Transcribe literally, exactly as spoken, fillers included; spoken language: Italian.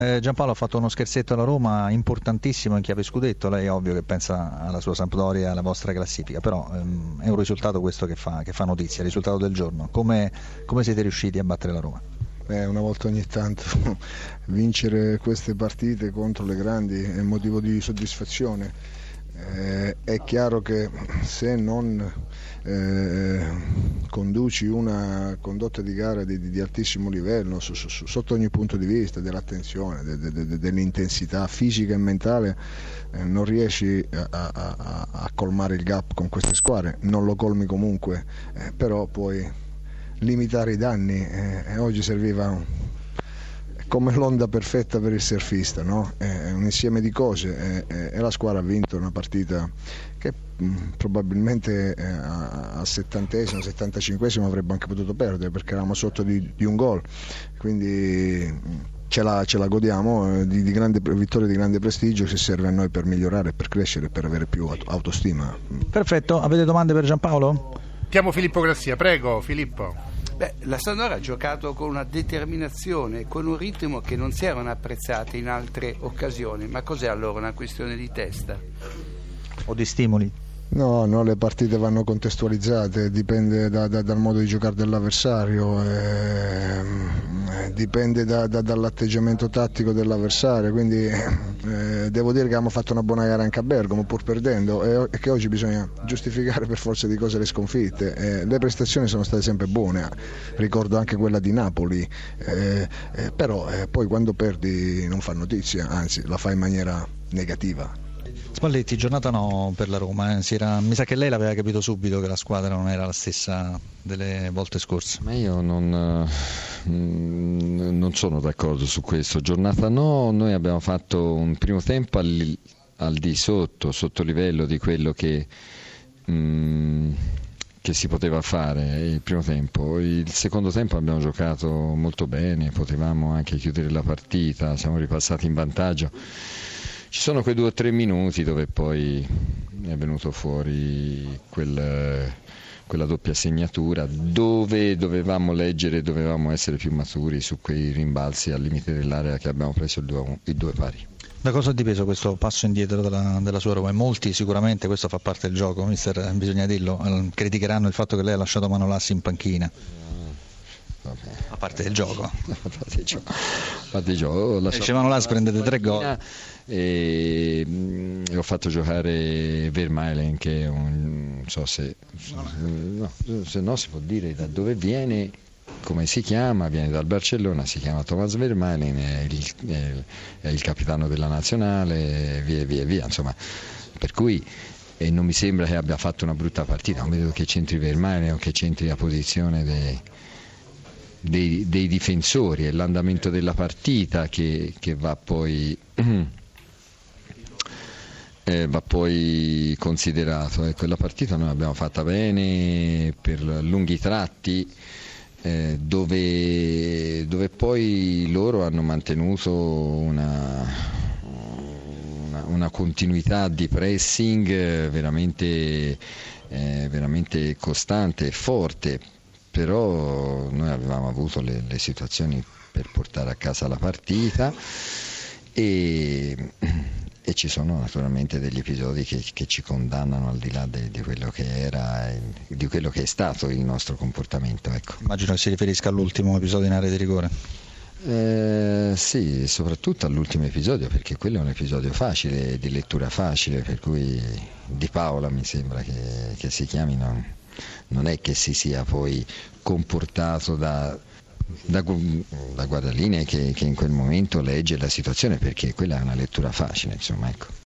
Eh, Giampaolo ha fatto uno scherzetto alla Roma importantissimo in chiave scudetto. Lei è ovvio che pensa alla sua Sampdoria e alla vostra classifica, però ehm, è un risultato questo che fa, che fa notizia, il risultato del giorno. Come, come siete riusciti a battere la Roma? Beh, una volta ogni tanto vincere queste partite contro le grandi è motivo di soddisfazione. Eh, è chiaro che se non eh, conduci una condotta di gara di, di altissimo livello su, su, sotto ogni punto di vista, dell'attenzione, de, de, de, dell'intensità fisica e mentale, eh, non riesci a, a, a, a colmare il gap con queste squadre, non lo colmi comunque, eh, però puoi limitare i danni, eh, e oggi serviva un, come l'onda perfetta per il surfista, no? È un insieme di cose e, e la squadra ha vinto una partita che mh, probabilmente eh, al settantesimo, settantacinquesimo avrebbe anche potuto perdere perché eravamo sotto di, di un gol, quindi mh, ce la, ce la godiamo, eh, di, di grande vittoria, di grande prestigio che serve a noi per migliorare, per crescere, per avere più autostima. Perfetto, avete domande per Giampaolo? Chiamo Filippo Grassia, prego Filippo. Beh, la Sampdoria ha giocato con una determinazione, con un ritmo che non si erano apprezzati in altre occasioni, ma cos'è allora, una questione di testa? O di stimoli? No, no, le partite vanno contestualizzate, dipende da, da, dal modo di giocare dell'avversario, eh, dipende da, da, dall'atteggiamento tattico dell'avversario, quindi eh, devo dire che abbiamo fatto una buona gara anche a Bergamo pur perdendo e, e che oggi bisogna giustificare per forza di cose le sconfitte. Eh, le prestazioni sono state sempre buone, ricordo anche quella di Napoli, eh, eh, però eh, poi quando perdi non fa notizia, anzi la fa in maniera negativa. Spalletti, giornata no per la Roma, eh. si era, mi sa che lei l'aveva capito subito che la squadra non era la stessa delle volte scorse. Ma io non, non sono d'accordo su questo. Giornata no, noi abbiamo fatto un primo tempo al, al di sotto, sotto livello di quello che, mh, che si poteva fare il primo tempo. Il secondo tempo abbiamo giocato molto bene, potevamo anche chiudere la partita, siamo ripassati in vantaggio. Ci sono quei due o tre minuti dove poi è venuto fuori quel, quella doppia segnatura, dove dovevamo leggere, dovevamo essere più maturi su quei rimbalzi al limite dell'area che abbiamo preso il due, il due pari. Da cosa ha dipeso questo passo indietro della, della sua Roma? E molti sicuramente, questo fa parte del gioco, mister, bisogna dirlo, criticheranno il fatto che lei ha lasciato Manolassi in panchina. Vabbè. A parte del gioco, a parte il gioco, a parte il gioco. Dicevano là, prendete tre gol e mh, ho fatto giocare Vermaelen, che è un, non so se no, se no si può dire da dove viene, come si chiama, viene dal Barcellona, si chiama Thomas Vermaelen, è il, è, è il capitano della nazionale, via via via, insomma, per cui e non mi sembra che abbia fatto una brutta partita, non vedo che c'entri Vermaelen o che c'entri la posizione dei Dei, dei difensori, è l'andamento della partita che, che va poi eh, va poi considerato. Ecco, la partita noi l'abbiamo fatta bene per lunghi tratti, eh, dove, dove poi loro hanno mantenuto una, una, una continuità di pressing veramente, eh, veramente costante e forte. Però noi avevamo avuto le, le situazioni per portare a casa la partita e, e ci sono naturalmente degli episodi che, che ci condannano al di là de, di quello che era, di quello che è stato il nostro comportamento. Ecco. Immagino che si riferisca all'ultimo episodio in area di rigore. Eh, sì, soprattutto all'ultimo episodio, perché quello è un episodio facile, di lettura facile, per cui Di Paola mi sembra che, che si chiami, no? Non è che si sia poi comportato da, da, da guardalinee che, che in quel momento legge la situazione, perché quella è una lettura facile, insomma, ecco.